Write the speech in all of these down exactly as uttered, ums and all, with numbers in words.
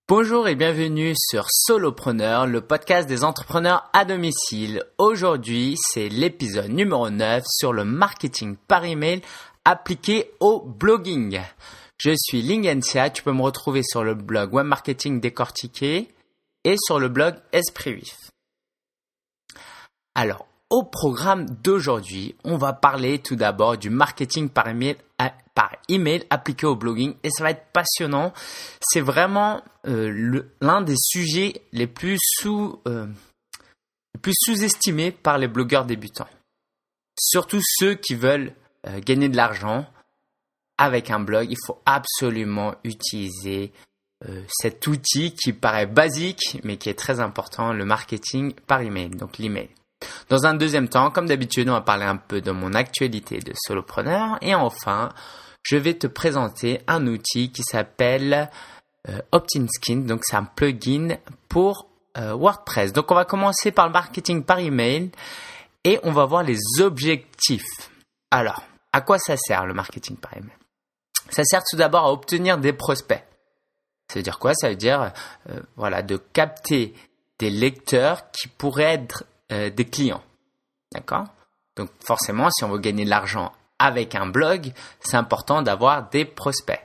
Bonjour et bienvenue sur Solopreneur, le podcast des entrepreneurs à domicile. Aujourd'hui, c'est l'épisode numéro neuf sur le marketing par email appliqué au blogging. Je suis Lingensia, tu peux me retrouver sur le blog Web Marketing Décortiqué et sur le blog Esprit Vif. Alors, au programme d'aujourd'hui, on va parler tout d'abord du marketing par email, par email appliqué au blogging et ça va être passionnant. C'est vraiment euh, le, l'un des sujets les plus sous, euh, les plus sous-estimés par les blogueurs débutants. Surtout ceux qui veulent euh, gagner de l'argent avec un blog. Il faut absolument utiliser euh, cet outil qui paraît basique mais qui est très important, le marketing par email, donc l'email. Dans un deuxième temps, comme d'habitude, on va parler un peu de mon actualité de solopreneur. Et enfin, je vais te présenter un outil qui s'appelle euh, Optinskin. Donc, c'est un plugin pour euh, WordPress. Donc, on va commencer par le marketing par email et on va voir les objectifs. Alors, à quoi ça sert le marketing par email ? Ça sert tout d'abord à obtenir des prospects. Ça veut dire quoi ? Ça veut dire euh, voilà, de capter des lecteurs qui pourraient être Euh, des clients, d'accord ? Donc forcément, si on veut gagner de l'argent avec un blog, c'est important d'avoir des prospects.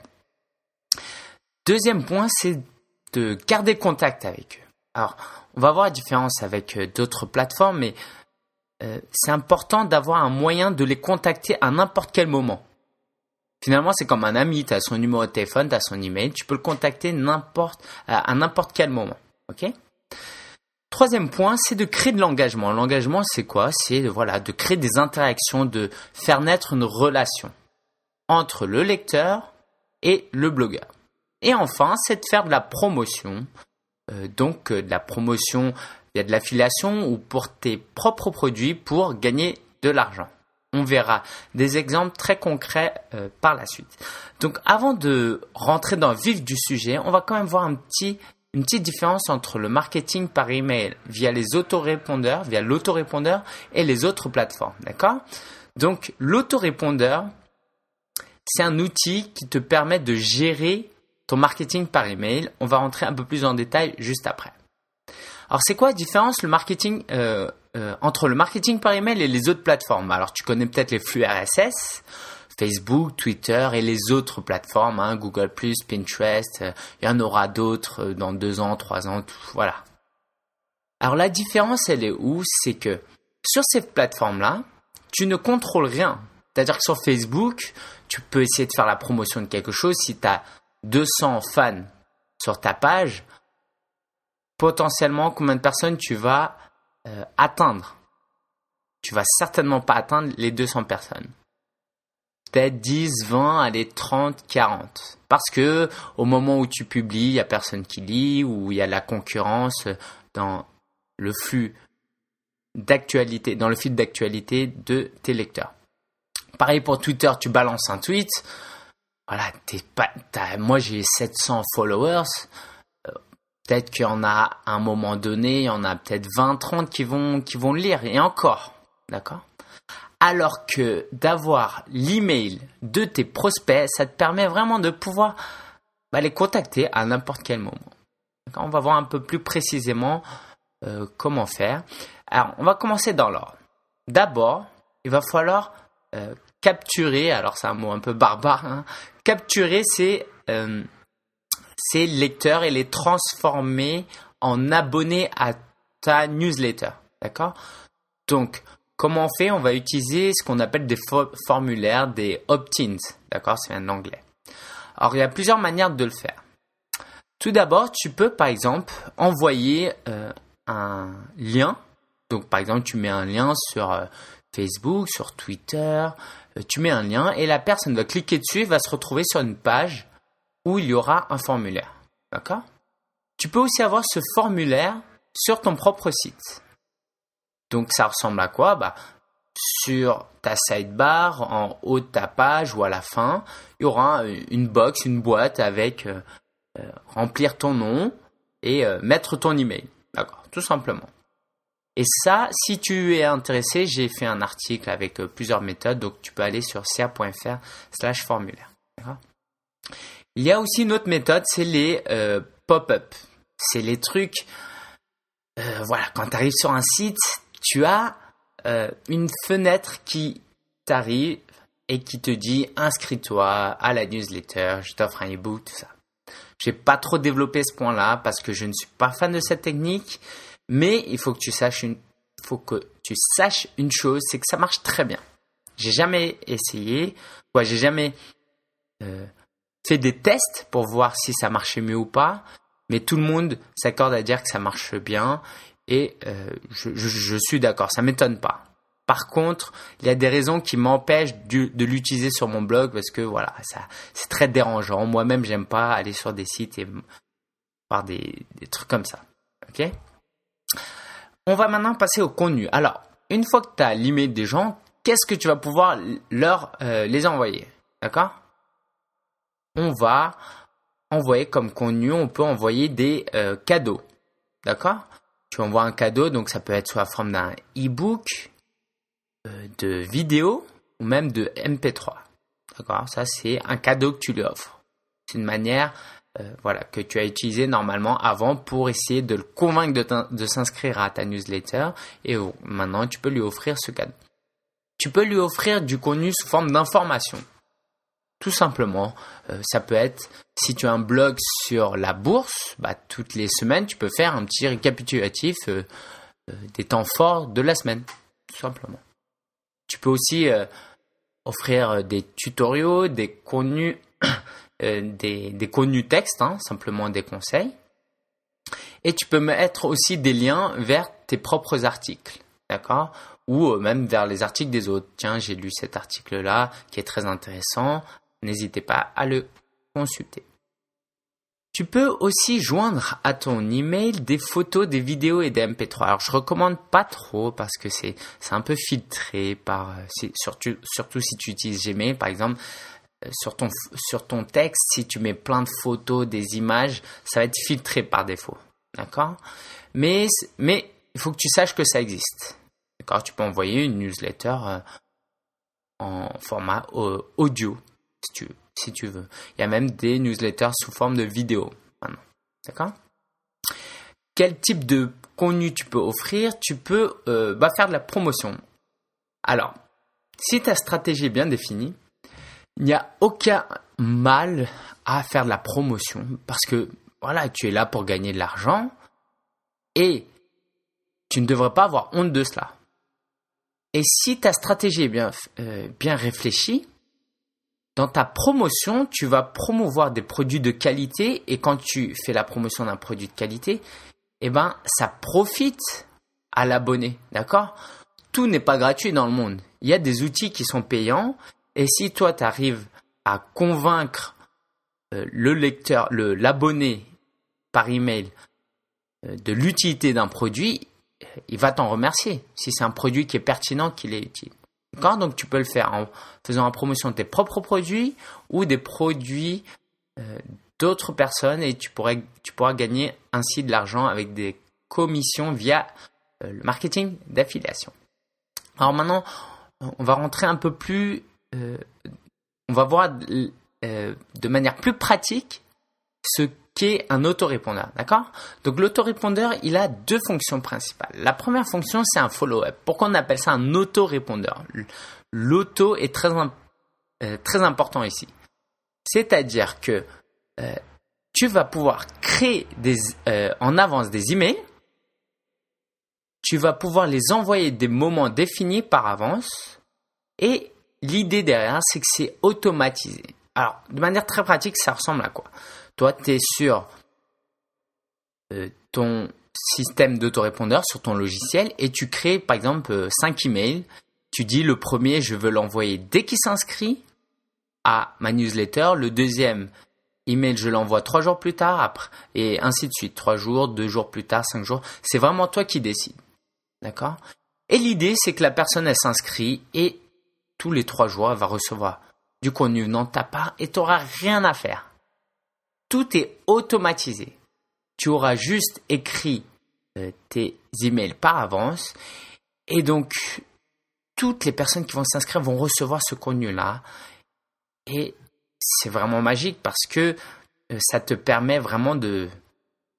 Deuxième point, c'est de garder contact avec eux. Alors, on va voir la différence avec euh, d'autres plateformes, mais euh, c'est important d'avoir un moyen de les contacter à n'importe quel moment. Finalement, c'est comme un ami, tu as son numéro de téléphone, tu as son email, tu peux le contacter n'importe, à, à n'importe quel moment, ok ? Troisième point, c'est de créer de l'engagement. L'engagement, c'est quoi ? C'est voilà, de créer des interactions, de faire naître une relation entre le lecteur et le blogueur. Et enfin, c'est de faire de la promotion. Euh, donc, euh, de la promotion via de l'affiliation ou pour tes propres produits pour gagner de l'argent. On verra des exemples très concrets euh, par la suite. Donc, avant de rentrer dans le vif du sujet, on va quand même voir un petit... Une petite différence entre le marketing par email via les autorépondeurs, via l'autorépondeur et les autres plateformes, d'accord ? Donc, l'autorépondeur, c'est un outil qui te permet de gérer ton marketing par email. On va rentrer un peu plus en détail juste après. Alors, c'est quoi la différence le marketing, euh, euh, entre le marketing par email et les autres plateformes ? Alors, tu connais peut-être les flux R S S, Facebook, Twitter et les autres plateformes, hein, Google plus, Pinterest, euh, il y en aura d'autres euh, dans deux ans, trois ans, tout, voilà. Alors la différence, elle est où ? C'est que sur ces plateformes-là, tu ne contrôles rien. C'est-à-dire que sur Facebook, tu peux essayer de faire la promotion de quelque chose. Si tu as deux cents fans sur ta page, potentiellement, combien de personnes tu vas euh, atteindre ? Tu vas certainement pas atteindre les deux cents personnes. Peut-être dix, vingt, allez, trente, quarante. Parce que au moment où tu publies, il n'y a personne qui lit ou il y a la concurrence dans le flux d'actualité, dans le fil d'actualité de tes lecteurs. Pareil pour Twitter, tu balances un tweet. Voilà, t'es pas, t'as, moi j'ai sept cents followers. Euh, peut-être qu'il y en a à un moment donné, il y en a peut-être vingt, trente qui vont, qui vont le lire. Et encore, d'accord ? Alors que d'avoir l'email de tes prospects, ça te permet vraiment de pouvoir bah, les contacter à n'importe quel moment. D'accord ? On va voir un peu plus précisément euh, comment faire. Alors, on va commencer dans l'ordre. D'abord, il va falloir euh, capturer, alors c'est un mot un peu barbare, hein, capturer ces, euh, ces lecteurs et les transformer en abonnés à ta newsletter. D'accord ? Donc, comment on fait ? On va utiliser ce qu'on appelle des fo- formulaires, des opt-ins. D'accord ? Ça vient de l'anglais. Alors, il y a plusieurs manières de le faire. Tout d'abord, tu peux, par exemple, envoyer euh, un lien. Donc, par exemple, tu mets un lien sur euh, Facebook, sur Twitter. Euh, tu mets un lien et la personne va cliquer dessus et va se retrouver sur une page où il y aura un formulaire. D'accord ? Tu peux aussi avoir ce formulaire sur ton propre site. Donc, ça ressemble à quoi ? Bah, sur ta sidebar, en haut de ta page ou à la fin, il y aura une box, une boîte avec euh, euh, remplir ton nom et euh, mettre ton email. D'accord, tout simplement. Et ça, si tu es intéressé, j'ai fait un article avec euh, plusieurs méthodes, donc tu peux aller sur ca.fr slash formulaire. D'accord ? Il y a aussi une autre méthode, c'est les euh, pop-up. C'est les trucs, euh, voilà, quand tu arrives sur un site, tu as euh, une fenêtre qui t'arrive et qui te dit « Inscris-toi à la newsletter, je t'offre un e-book, tout ça ». Je n'ai pas trop développé ce point-là parce que je ne suis pas fan de cette technique, mais il faut que tu saches une, faut que tu saches une chose, c'est que ça marche très bien. J'ai jamais essayé, ouais, j'ai jamais euh, fait des tests pour voir si ça marchait mieux ou pas, mais tout le monde s'accorde à dire que ça marche bien et euh, je, je, je suis d'accord, ça m'étonne pas. Par contre, il y a des raisons qui m'empêchent de, de l'utiliser sur mon blog parce que voilà, ça, c'est très dérangeant. Moi-même, j'aime pas aller sur des sites et voir des, des trucs comme ça. Ok ? On va maintenant passer au contenu. Alors, une fois que tu as l'email des gens, qu'est-ce que tu vas pouvoir leur euh, les envoyer ? D'accord ? On va envoyer comme contenu, on peut envoyer des euh, cadeaux. D'accord ? Tu envoies un cadeau, donc ça peut être sous la forme d'un e-book, de vidéo ou même de M P trois. D'accord ? Ça, c'est un cadeau que tu lui offres. C'est une manière euh, voilà, que tu as utilisée normalement avant pour essayer de le convaincre de, de s'inscrire à ta newsletter et oh, maintenant, tu peux lui offrir ce cadeau. Tu peux lui offrir du contenu sous forme d'information. Tout simplement, euh, ça peut être, si tu as un blog sur la bourse, bah, toutes les semaines, tu peux faire un petit récapitulatif euh, euh, des temps forts de la semaine, tout simplement. Tu peux aussi euh, offrir des tutoriaux, des contenus, euh, des, des contenus textes, hein, simplement des conseils. Et tu peux mettre aussi des liens vers tes propres articles, d'accord ? Ou euh, même vers les articles des autres. Tiens, j'ai lu cet article-là qui est très intéressant. N'hésitez pas à le consulter. Tu peux aussi joindre à ton email des photos, des vidéos et des M P trois. Alors, je recommande pas trop parce que c'est, c'est un peu filtré par, c'est, surtout, surtout si tu utilises Gmail, par exemple, sur ton, sur ton texte, si tu mets plein de photos, des images, ça va être filtré par défaut. D'accord? Mais, mais, il faut que tu saches que ça existe. D'accord? Tu peux envoyer une newsletter euh, en format euh, audio, si tu veux. Si tu veux. Il y a même des newsletters sous forme de vidéo maintenant. D'accord ? Quel type de contenu tu peux offrir ? Tu peux euh, bah, faire de la promotion. Alors, si ta stratégie est bien définie, il n'y a aucun mal à faire de la promotion parce que voilà, tu es là pour gagner de l'argent et tu ne devrais pas avoir honte de cela. Et si ta stratégie est bien, euh, bien réfléchie, dans ta promotion, tu vas promouvoir des produits de qualité et quand tu fais la promotion d'un produit de qualité, eh ben, ça profite à l'abonné, d'accord ? Tout n'est pas gratuit dans le monde. Il y a des outils qui sont payants et si toi, tu arrives à convaincre euh, le lecteur, le, l'abonné par email euh, de l'utilité d'un produit, il va t'en remercier si c'est un produit qui est pertinent, qu'il est utile. D'accord ? Donc, tu peux le faire en faisant la promotion de tes propres produits ou des produits euh, d'autres personnes et tu, pourrais, tu pourras gagner ainsi de l'argent avec des commissions via euh, le marketing d'affiliation. Alors maintenant, on va rentrer un peu plus, euh, on va voir euh, de manière plus pratique ce qu'est un autorépondeur, d'accord ? Donc l'autorépondeur, il a deux fonctions principales. La première fonction, c'est un follow-up. Pourquoi on appelle ça un autorépondeur ? L'auto est très, euh, très important ici. C'est-à-dire que euh, tu vas pouvoir créer des, euh, en avance des emails, tu vas pouvoir les envoyer des moments définis par avance et l'idée derrière, c'est que c'est automatisé. Alors, de manière très pratique, ça ressemble à quoi ? Toi, tu es sur euh, ton système d'autorépondeur, sur ton logiciel, et tu crées, par exemple, euh, cinq emails. Tu dis, le premier, je veux l'envoyer dès qu'il s'inscrit à ma newsletter. Le deuxième email, je l'envoie trois jours plus tard, après, et ainsi de suite. Trois jours, deux jours plus tard, cinq jours. C'est vraiment toi qui décides. D'accord ? Et l'idée, c'est que la personne, elle s'inscrit, et tous les trois jours, elle va recevoir du contenu venant de ta part, et tu n'auras rien à faire. Tout est automatisé. Tu auras juste écrit euh, tes emails par avance et donc toutes les personnes qui vont s'inscrire vont recevoir ce contenu-là et c'est vraiment magique parce que euh, ça te permet vraiment de,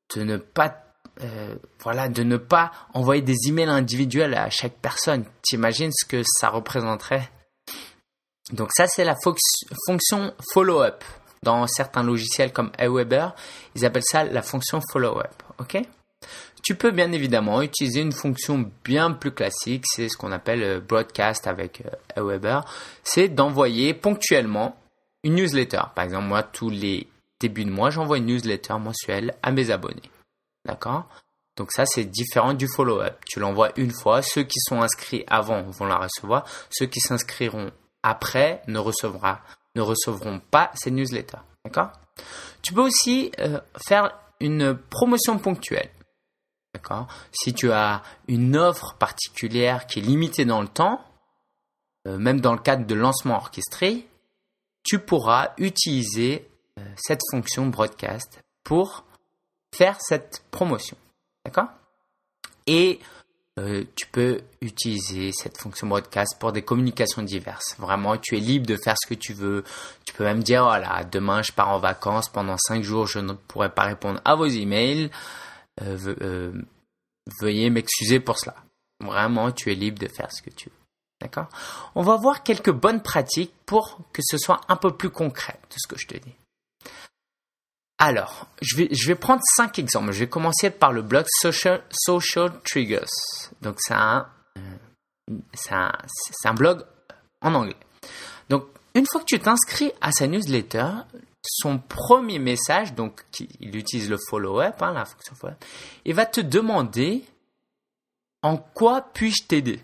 de ne pas euh, voilà, de ne pas envoyer des emails individuels à chaque personne. T'imagines ce que ça représenterait? Donc ça, c'est la fo- fonction follow-up. Dans certains logiciels comme Aweber, ils appellent ça la fonction follow-up. Ok? Tu peux bien évidemment utiliser une fonction bien plus classique, c'est ce qu'on appelle broadcast avec Aweber. C'est d'envoyer ponctuellement une newsletter. Par exemple, moi, tous les débuts de mois, j'envoie une newsletter mensuelle à mes abonnés. D'accord? Donc ça, c'est différent du follow-up. Tu l'envoies une fois. Ceux qui sont inscrits avant vont la recevoir. Ceux qui s'inscriront après ne, recevra, ne recevront pas ces newsletters. D'accord? Tu peux aussi euh, faire une promotion ponctuelle. D'accord? Si tu as une offre particulière qui est limitée dans le temps, euh, même dans le cadre de lancement orchestré, tu pourras utiliser euh, cette fonction broadcast pour faire cette promotion. D'accord? Et euh, tu peux utiliser cette fonction broadcast pour des communications diverses. Vraiment, tu es libre de faire ce que tu veux. Tu peux même dire, voilà, demain je pars en vacances, pendant cinq jours je ne pourrai pas répondre à vos emails. Euh, ve- euh, veuillez m'excuser pour cela. Vraiment, tu es libre de faire ce que tu veux. D'accord? On va voir quelques bonnes pratiques pour que ce soit un peu plus concret de ce que je te dis. Alors, je vais, je vais prendre cinq exemples. Je vais commencer par le blog Social, Social Triggers. Donc, c'est un, euh, c'est un, c'est un blog en anglais. Donc, une fois que tu t'inscris à sa newsletter, son premier message, donc il utilise le follow-up, hein, la fonction follow-up, il va te demander en quoi puis-je t'aider.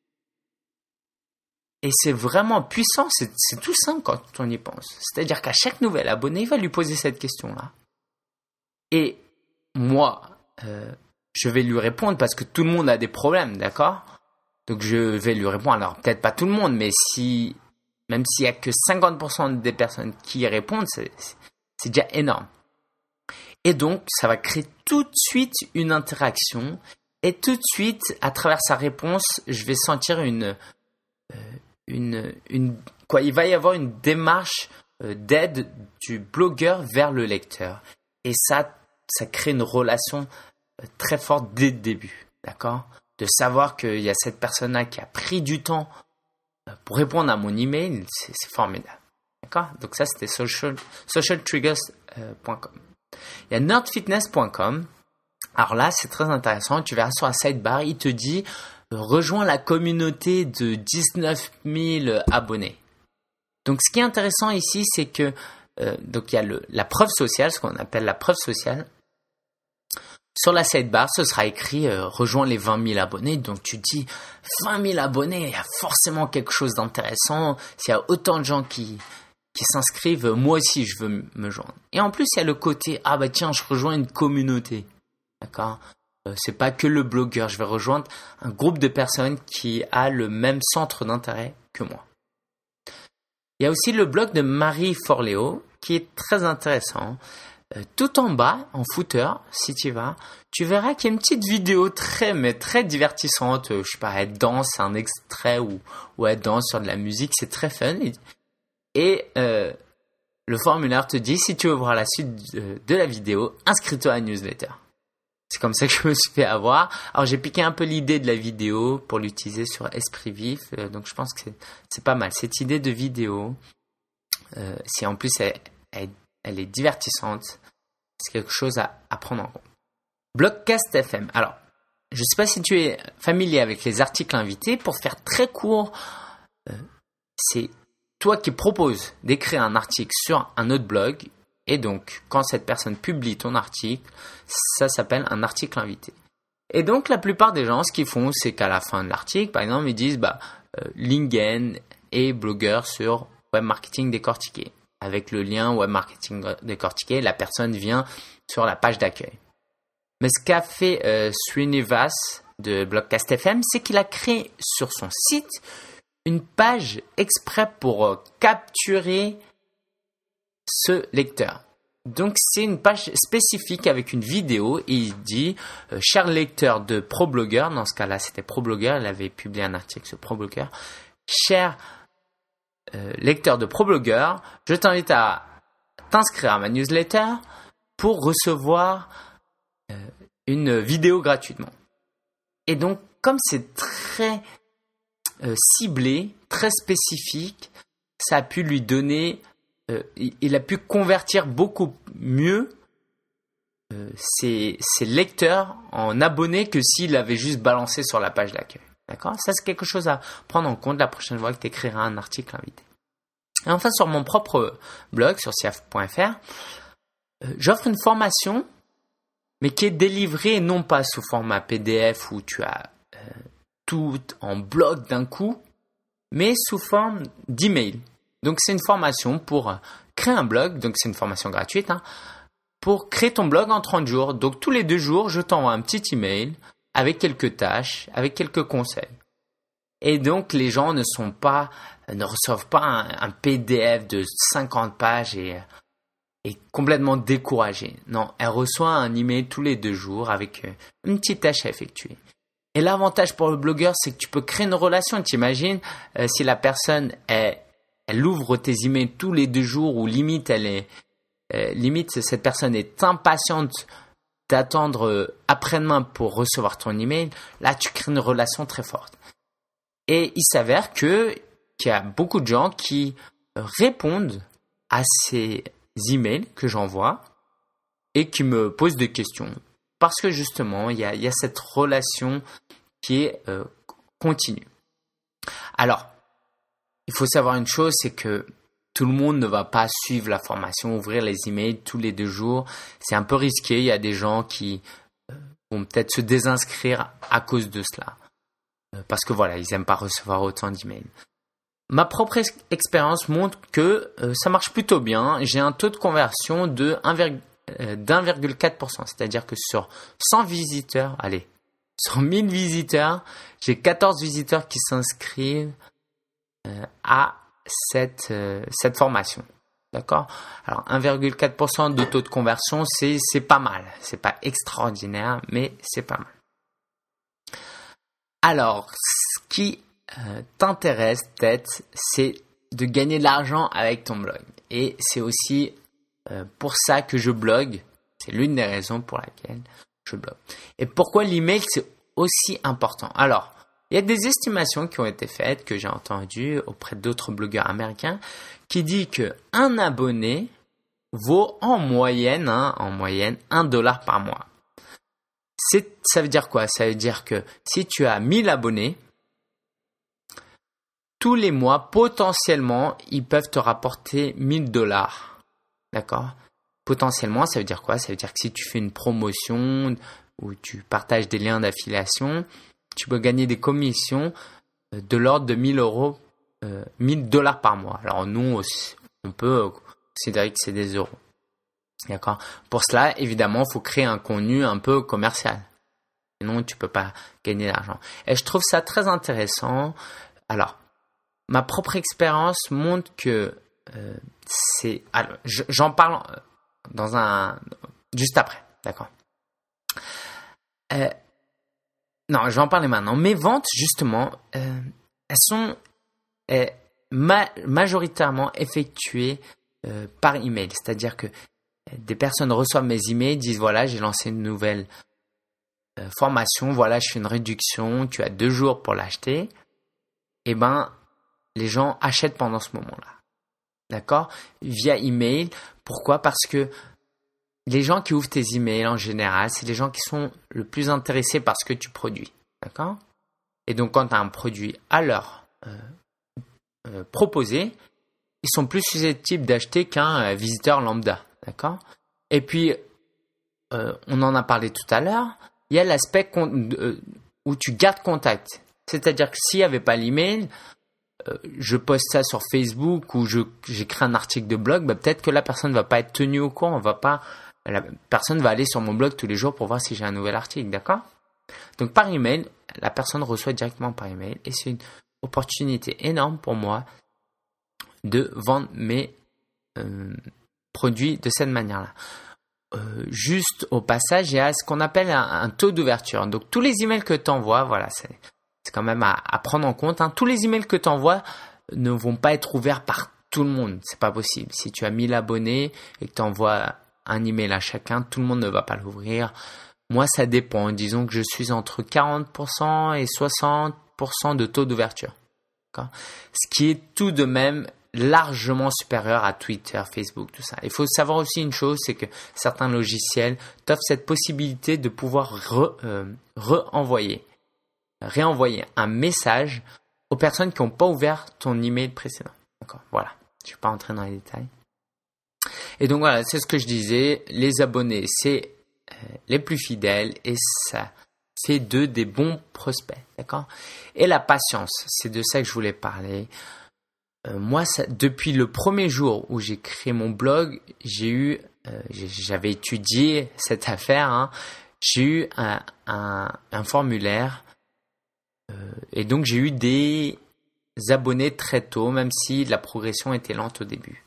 Et c'est vraiment puissant, c'est, c'est tout simple quand on y pense. C'est-à-dire qu'à chaque nouvel abonné, il va lui poser cette question-là. Et moi, euh, je vais lui répondre parce que tout le monde a des problèmes, d'accord? Donc je vais lui répondre. Alors peut-être pas tout le monde, mais si, même s'il y a que cinquante pour cent des personnes qui y répondent, c'est, c'est déjà énorme. Et donc, ça va créer tout de suite une interaction. Et tout de suite, à travers sa réponse, je vais sentir une... Euh, Une, une, quoi, il va y avoir une démarche euh, d'aide du blogueur vers le lecteur. Et ça, ça crée une relation euh, très forte dès le début. D'accord? De savoir qu'il y a cette personne-là qui a pris du temps euh, pour répondre à mon email, c'est, c'est formidable. D'accord? Donc ça, c'était social, social triggers point com. Il y a nerd fitness point com. Alors là, c'est très intéressant. Tu verras sur la sidebar, il te dit... rejoins la communauté de dix-neuf mille abonnés. Donc, ce qui est intéressant ici, c'est que euh, donc il y a le, la preuve sociale, ce qu'on appelle la preuve sociale. Sur la sidebar, ce sera écrit euh, rejoins les vingt mille abonnés. Donc, tu dis vingt mille abonnés, il y a forcément quelque chose d'intéressant. S'il y a autant de gens qui qui s'inscrivent, moi aussi, je veux me joindre. Et en plus, il y a le côté ah bah tiens, je rejoins une communauté, d'accord. C'est pas que le blogueur, je vais rejoindre un groupe de personnes qui a le même centre d'intérêt que moi. Il y a aussi le blog de Marie Forleo qui est très intéressant. Euh, tout en bas, en footer, si tu vas, tu verras qu'il y a une petite vidéo très, mais très divertissante. Je sais pas, elle danse un extrait ou, ou elle danse sur de la musique, c'est très fun. Et, et euh, le formulaire te dit, si tu veux voir la suite de, de la vidéo, inscris-toi à la newsletter. C'est comme ça que je me suis fait avoir. Alors, j'ai piqué un peu l'idée de la vidéo pour l'utiliser sur Esprit Vif. Euh, donc, je pense que c'est, c'est pas mal. Cette idée de vidéo, euh, si en plus elle, elle, elle est divertissante, c'est quelque chose à, à prendre en compte. Blogcast F M. Alors, je ne sais pas si tu es familier avec les articles invités. Pour faire très court, euh, c'est toi qui proposes d'écrire un article sur un autre blog. Et donc, quand cette personne publie ton article, ça s'appelle un article invité. Et donc, la plupart des gens, ce qu'ils font, c'est qu'à la fin de l'article, par exemple, ils disent bah, euh, Lingen est blogueur sur Web Marketing Décortiqué. Avec le lien Web Marketing Décortiqué, la personne vient sur la page d'accueil. Mais ce qu'a fait euh, Srinivas de Blogcast F M, c'est qu'il a créé sur son site une page exprès pour euh, capturer ce lecteur. Donc, c'est une page spécifique avec une vidéo et il dit euh, cher lecteur de ProBlogger, dans ce cas-là, c'était ProBlogger, il avait publié un article sur ProBlogger. Cher euh, lecteur de ProBlogger, je t'invite à t'inscrire à ma newsletter pour recevoir une vidéo gratuitement. Et donc, comme c'est très euh, ciblé, très spécifique, ça a pu lui donner, euh, il a pu convertir beaucoup mieux euh, ses, ses lecteurs en abonnés que s'il avait juste balancé sur la page d'accueil. D'accord ? Ça, c'est quelque chose à prendre en compte la prochaine fois que tu écriras un article invité. Et enfin, sur mon propre blog, sur siaf point f r, euh, j'offre une formation, mais qui est délivrée non pas sous format P D F où tu as euh, tout en bloc d'un coup, mais sous forme d'email. Donc, c'est une formation pour créer un blog, donc c'est une formation gratuite, hein, pour créer ton blog en trente jours. Donc, tous les deux jours, je t'envoie un petit email avec quelques tâches, avec quelques conseils. Et donc, les gens ne sont pas, ne reçoivent pas un, un P D F de cinquante pages et, et complètement découragés. Non, elle reçoit un email tous les deux jours avec une petite tâche à effectuer. Et l'avantage pour le blogueur, c'est que tu peux créer une relation. T'imagines, euh, si la personne, elle, elle ouvre tes emails tous les deux jours ou limite, elle est, euh, limite, cette personne est impatiente d'attendre euh, après-demain pour recevoir ton email. Là, tu crées une relation très forte. Et il s'avère que, qu'il y a beaucoup de gens qui répondent à ces emails que j'envoie et qui me posent des questions. Parce que justement, il y a, il y a cette relation qui est euh, continue. Alors, il faut savoir une chose, c'est que tout le monde ne va pas suivre la formation, ouvrir les emails tous les deux jours. C'est un peu risqué. Il y a des gens qui euh, vont peut-être se désinscrire à cause de cela. Euh, parce que voilà, ils n'aiment pas recevoir autant d'emails. Ma propre ex- expérience montre que euh, ça marche plutôt bien. J'ai un taux de conversion de un virgule quatre pour cent. C'est-à-dire que sur cent visiteurs, allez, sur mille visiteurs, j'ai quatorze visiteurs qui s'inscrivent euh, à cette, euh, cette formation. D'accord ? Alors, un virgule quatre pour cent de taux de conversion, c'est, c'est pas mal. C'est pas extraordinaire, mais c'est pas mal. Alors, ce qui euh, t'intéresse peut-être, c'est de gagner de l'argent avec ton blog. Et c'est aussi euh, pour ça que je blogue. C'est l'une des raisons pour laquelle je blogue. Et pourquoi l'email, c'est aussi important ? Alors, il y a des estimations qui ont été faites, que j'ai entendues auprès d'autres blogueurs américains, qui disent qu'un abonné vaut en moyenne, hein, en moyenne, un dollar par mois. C'est, ça veut dire quoi ? Ça veut dire que si tu as mille abonnés, tous les mois, potentiellement, ils peuvent te rapporter mille dollars. D'accord ? Potentiellement, ça veut dire quoi ? Ça veut dire que si tu fais une promotion ou tu partages des liens d'affiliation, tu peux gagner des commissions de l'ordre de mille euros, euh, mille dollars par mois. Alors nous, on peut considérer que c'est des euros. D'accord ? Pour cela, évidemment, il faut créer un contenu un peu commercial. Sinon, tu peux pas gagner d'argent. Et je trouve ça très intéressant. Alors, ma propre expérience montre que euh, c'est... Alors, j'en parle dans un... juste après. D'accord ? Euh, non, je vais en parler maintenant. Mes ventes, justement, euh, elles sont euh, ma- majoritairement effectuées euh, par email. C'est-à-dire que des personnes reçoivent mes emails, disent voilà, j'ai lancé une nouvelle euh, formation, voilà, je fais une réduction, tu as deux jours pour l'acheter. Et ben, les gens achètent pendant ce moment-là. D'accord ? Via email. Pourquoi ? Parce que les gens qui ouvrent tes emails en général, c'est les gens qui sont le plus intéressés par ce que tu produis. D'accord ? Et donc, quand tu as un produit à leur euh, euh, proposer, ils sont plus susceptibles d'acheter qu'un euh, visiteur lambda. D'accord ? Et puis, euh, on en a parlé tout à l'heure, il y a l'aspect con- euh, où tu gardes contact. C'est-à-dire que s'il n'y avait pas l'email, euh, je poste ça sur Facebook ou je, j'écris un article de blog, bah, peut-être que la personne ne va pas être tenue au courant, on va pas... La personne va aller sur mon blog tous les jours pour voir si j'ai un nouvel article, d'accord ? Donc par email, la personne reçoit directement par email et c'est une opportunité énorme pour moi de vendre mes euh, produits de cette manière-là. Euh, juste au passage, il y a ce qu'on appelle un, un taux d'ouverture. Donc tous les emails que tu envoies, voilà, c'est, c'est quand même à, à prendre en compte. Hein. Tous les emails que tu envoies ne vont pas être ouverts par tout le monde. C'est pas possible. Si tu as mille abonnés et que tu envoies un email à chacun, tout le monde ne va pas l'ouvrir. Moi, ça dépend. Disons que je suis entre quarante pour cent et soixante pour cent de taux d'ouverture. D'accord ? Ce qui est tout de même largement supérieur à Twitter, Facebook, tout ça. Il faut savoir aussi une chose, c'est que certains logiciels t'offrent cette possibilité de pouvoir re, euh, re-envoyer, réenvoyer un message aux personnes qui n'ont pas ouvert ton email précédent. D'accord ? Voilà. Je ne vais pas entrer dans les détails. Et donc voilà, c'est ce que je disais. Les abonnés, c'est euh, les plus fidèles et ça fait d'eux des bons prospects. D'accord ? Et la patience, c'est de ça que je voulais parler. Euh, moi, ça, depuis le premier jour où j'ai créé mon blog, j'ai eu, euh, j'avais étudié cette affaire. Hein, j'ai eu un, un, un formulaire euh, et donc j'ai eu des abonnés très tôt, même si la progression était lente au début.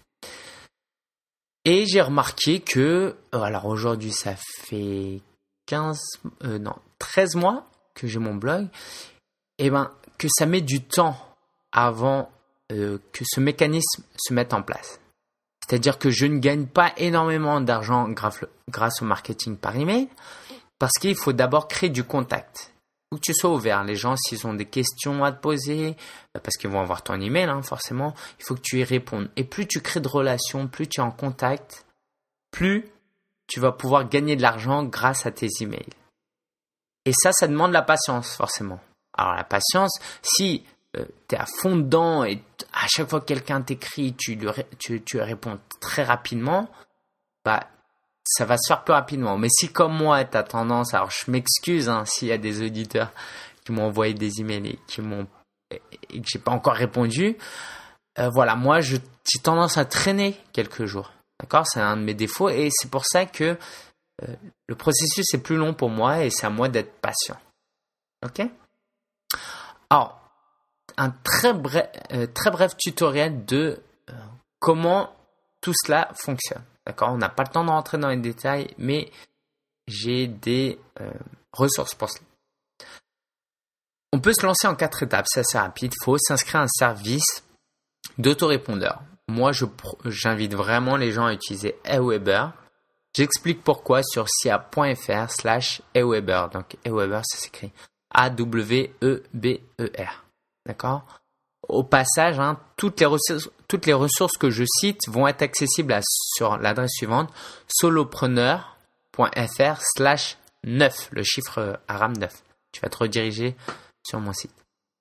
Et j'ai remarqué que, alors aujourd'hui ça fait quinze, euh, non, treize mois que j'ai mon blog, et ben que ça met du temps avant euh, que ce mécanisme se mette en place. C'est-à-dire que je ne gagne pas énormément d'argent grâce, grâce au marketing par email, parce qu'il faut d'abord créer du contact. Il faut que tu sois ouvert. Les gens, s'ils ont des questions à te poser, parce qu'ils vont avoir ton email, hein, forcément, il faut que tu y répondes. Et plus tu crées de relations, plus tu es en contact, plus tu vas pouvoir gagner de l'argent grâce à tes emails. Et ça, ça demande la patience, forcément. Alors la patience, si euh, tu es à fond dedans et à chaque fois que quelqu'un t'écrit, tu lui tu, tu réponds très rapidement, bah ça va se faire plus rapidement. Mais si comme moi, tu as tendance, alors je m'excuse hein, s'il y a des auditeurs qui m'ont envoyé des emails et qui m'ont et que j'ai pas encore répondu, euh, voilà, moi je, j'ai tendance à traîner quelques jours. D'accord ? C'est un de mes défauts et c'est pour ça que euh, le processus est plus long pour moi et c'est à moi d'être patient. Ok ? Alors, un très bref, euh, très bref tutoriel de euh, comment tout cela fonctionne. D'accord ? On n'a pas le temps de rentrer dans les détails, mais j'ai des euh, ressources pour cela. On peut se lancer en quatre étapes, c'est assez rapide. Il faut s'inscrire à un service d'autorépondeur. Moi, je, j'invite vraiment les gens à utiliser Aweber. J'explique pourquoi sur sia.fr slash Aweber. Donc, Aweber, ça s'écrit A W E B E R. D'accord ? Au passage, hein, toutes, les ressources, toutes les ressources que je cite vont être accessibles à, sur l'adresse suivante solopreneur.fr slash neuf, le chiffre arabe neuf. Tu vas te rediriger sur mon site.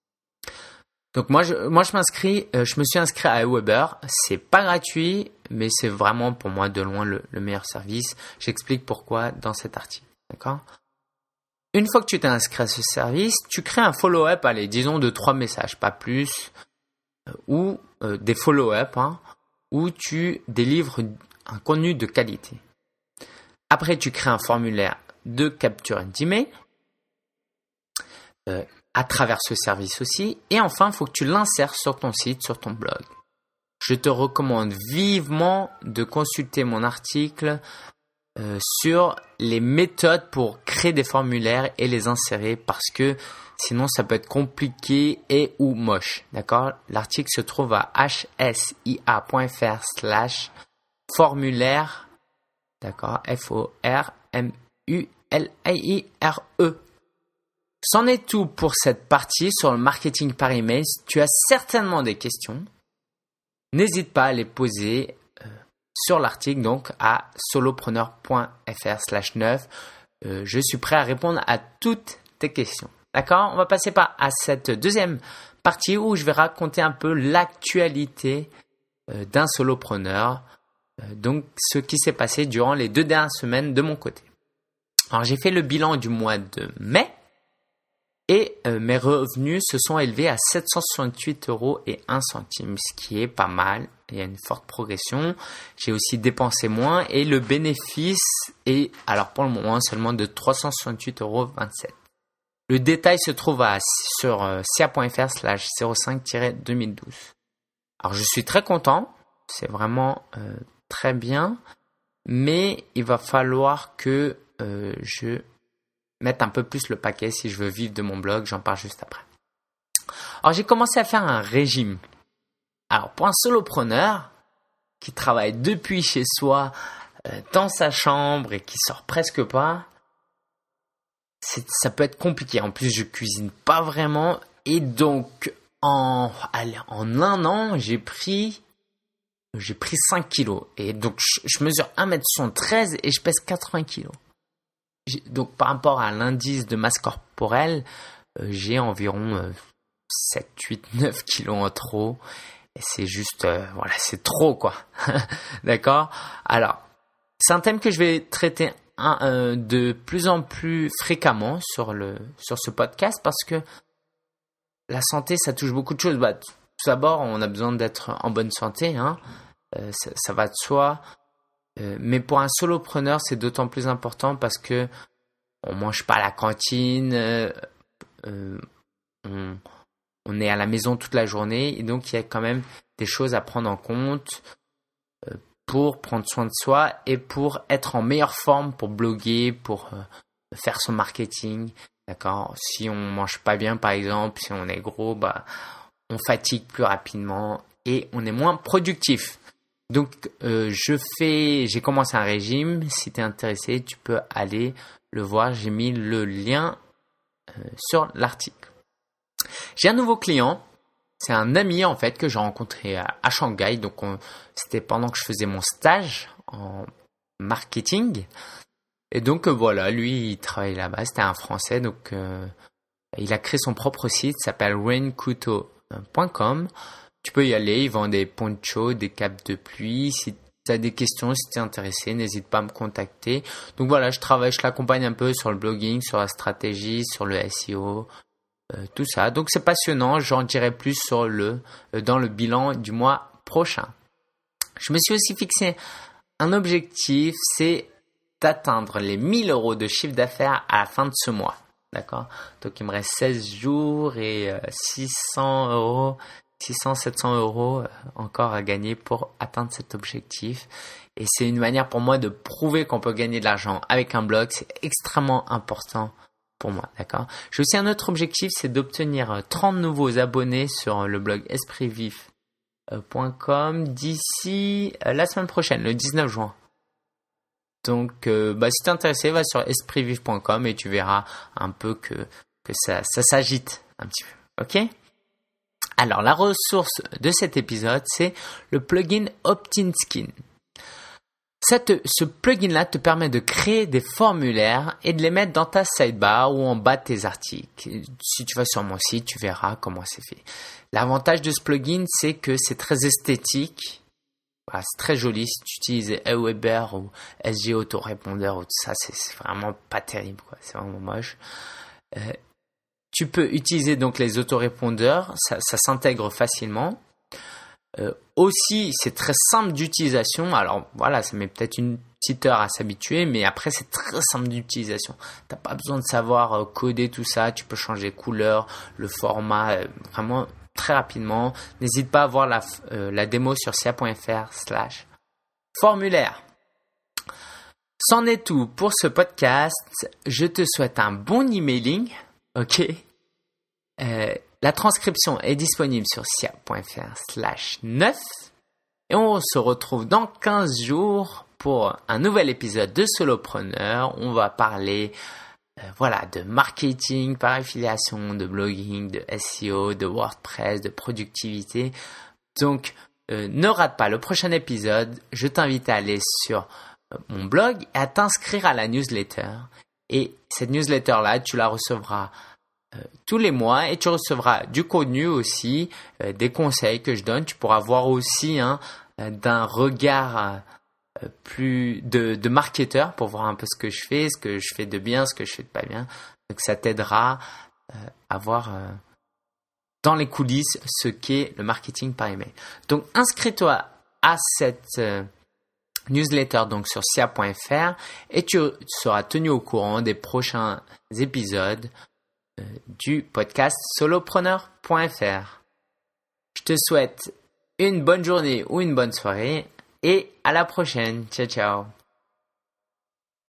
Donc moi je, moi je m'inscris, euh, je me suis inscrit à Aweber. C'est pas gratuit, mais c'est vraiment pour moi de loin le, le meilleur service. J'explique pourquoi dans cet article. D'accord ? Une fois que tu t'es inscrit à ce service, tu crées un follow-up, allez, disons de trois messages, pas plus, euh, ou euh, des follow-up, hein, où tu délivres un contenu de qualité. Après, tu crées un formulaire de capture d'email euh, à travers ce service aussi. Et enfin, il faut que tu l'insères sur ton site, sur ton blog. Je te recommande vivement de consulter mon article Euh, sur les méthodes pour créer des formulaires et les insérer parce que sinon ça peut être compliqué et ou moche. D'accord ? L'article se trouve à hsia.fr slash formulaire. D'accord ? F O R M U L I R E. C'en est tout pour cette partie sur le marketing par email. Si tu as certainement des questions, n'hésite pas à les poser sur l'article, donc à solopreneur.fr slash neuf. Euh, je suis prêt à répondre à toutes tes questions. D'accord ? On va passer par à cette deuxième partie où je vais raconter un peu l'actualité euh, d'un solopreneur. Euh, donc, ce qui s'est passé durant les deux dernières semaines de mon côté. Alors, j'ai fait le bilan du mois de mai et euh, mes revenus se sont élevés à sept cent soixante-huit euros et un centime, ce qui est pas mal. Il y a une forte progression. J'ai aussi dépensé moins et le bénéfice est, alors pour le moment, seulement de trois cent soixante-huit euros vingt-sept. Le détail se trouve à, sur euh, sia.fr slash zéro cinq deux mille douze. Alors, je suis très content. C'est vraiment euh, très bien. Mais il va falloir que euh, je mette un peu plus le paquet si je veux vivre de mon blog. J'en parle juste après. Alors, j'ai commencé à faire un régime. Alors, pour un solopreneur qui travaille depuis chez soi, euh, dans sa chambre et qui sort presque pas, c'est, ça peut être compliqué. En plus, je cuisine pas vraiment. Et donc, en, allez, en un an, j'ai pris, j'ai pris cinq kilos. Et donc, je, je mesure un mètre soixante-treize et je pèse quatre-vingts kilos. J'ai, donc, par rapport à l'indice de masse corporelle, euh, j'ai environ euh, sept, huit, neuf kilos en trop. Et c'est juste, euh, voilà, c'est trop, quoi. D'accord ? Alors, c'est un thème que je vais traiter un, euh, de plus en plus fréquemment sur, le, sur ce podcast parce que la santé, ça touche beaucoup de choses. Bah, tout d'abord, on a besoin d'être en bonne santé, hein. Euh, ça, ça va de soi. Euh, mais pour un solopreneur, c'est d'autant plus important parce que on mange pas à la cantine, euh, euh, on, on est à la maison toute la journée et donc il y a quand même des choses à prendre en compte euh, pour prendre soin de soi et pour être en meilleure forme, pour bloguer, pour euh, faire son marketing. D'accord ? Si on mange pas bien, par exemple, si on est gros, bah, on fatigue plus rapidement et on est moins productif. Donc, euh, je fais, j'ai commencé un régime. Si tu es intéressé, tu peux aller le voir. J'ai mis le lien euh, sur l'article. J'ai un nouveau client. C'est un ami, en fait, que j'ai rencontré à, à Shanghai. Donc, on, c'était pendant que je faisais mon stage en marketing. Et donc, euh, voilà, lui, il travaille là-bas. C'était un Français. Donc, euh, il a créé son propre site. Il s'appelle rainkuto point com. Tu peux y aller, ils vendent des ponchos, des capes de pluie. Si tu as des questions, si tu es intéressé, n'hésite pas à me contacter. Donc voilà, je travaille, je l'accompagne un peu sur le blogging, sur la stratégie, sur le S E O, euh, tout ça. Donc c'est passionnant, j'en dirai plus sur le, euh, dans le bilan du mois prochain. Je me suis aussi fixé un objectif, c'est d'atteindre les mille euros de chiffre d'affaires à la fin de ce mois. D'accord ? Donc il me reste seize jours et euh, six cents euros. six cents, sept cents euros encore à gagner pour atteindre cet objectif. Et c'est une manière pour moi de prouver qu'on peut gagner de l'argent avec un blog. C'est extrêmement important pour moi, d'accord ? J'ai aussi un autre objectif, c'est d'obtenir trente nouveaux abonnés sur le blog esprit vif point com d'ici la semaine prochaine, le dix-neuf juin. Donc, euh, bah, si t'es intéressé, va sur esprit vif point com et tu verras un peu que, que ça, ça s'agite un petit peu, ok ? Alors, la ressource de cet épisode, c'est le plugin Opt-in Skin. Cette, ce plugin-là te permet de créer des formulaires et de les mettre dans ta sidebar ou en bas de tes articles. Si tu vas sur mon site, tu verras comment c'est fait. L'avantage de ce plugin, c'est que c'est très esthétique. Voilà, c'est très joli. Si tu utilises Aweber ou S G Autorépondeur ou tout ça, c'est, c'est vraiment pas terrible, quoi. C'est vraiment moche. Euh, Tu peux utiliser donc les autorépondeurs, ça, ça s'intègre facilement. Euh, aussi, c'est très simple d'utilisation. Alors voilà, ça met peut-être une petite heure à s'habituer, mais après c'est très simple d'utilisation. T'as pas besoin de savoir euh, coder tout ça. Tu peux changer couleur, le format, euh, vraiment très rapidement. N'hésite pas à voir la, euh, la démo sur cia point fr slash formulaire. C'en est tout pour ce podcast. Je te souhaite un bon emailing. Ok. Euh, la transcription est disponible sur cia point fr slash neuf et on se retrouve dans quinze jours pour un nouvel épisode de Solopreneur. On va parler euh, voilà, de marketing par affiliation, de blogging, de S E O, de WordPress, de productivité. Donc, euh, ne rate pas le prochain épisode. Je t'invite à aller sur euh, mon blog et à t'inscrire à la newsletter. Et cette newsletter-là, tu la recevras euh, tous les mois et tu recevras du contenu aussi, euh, des conseils que je donne. Tu pourras voir aussi hein, euh, d'un regard euh, plus de, de marketeur pour voir un peu ce que je fais, ce que je fais de bien, ce que je fais de pas bien. Donc ça t'aidera euh, à voir euh, dans les coulisses ce qu'est le marketing par email. Donc inscris-toi à cette euh, newsletter donc sur cia point fr et tu seras tenu au courant des prochains épisodes euh, du podcast solopreneur point fr. Je te souhaite une bonne journée ou une bonne soirée et à la prochaine. Ciao ciao.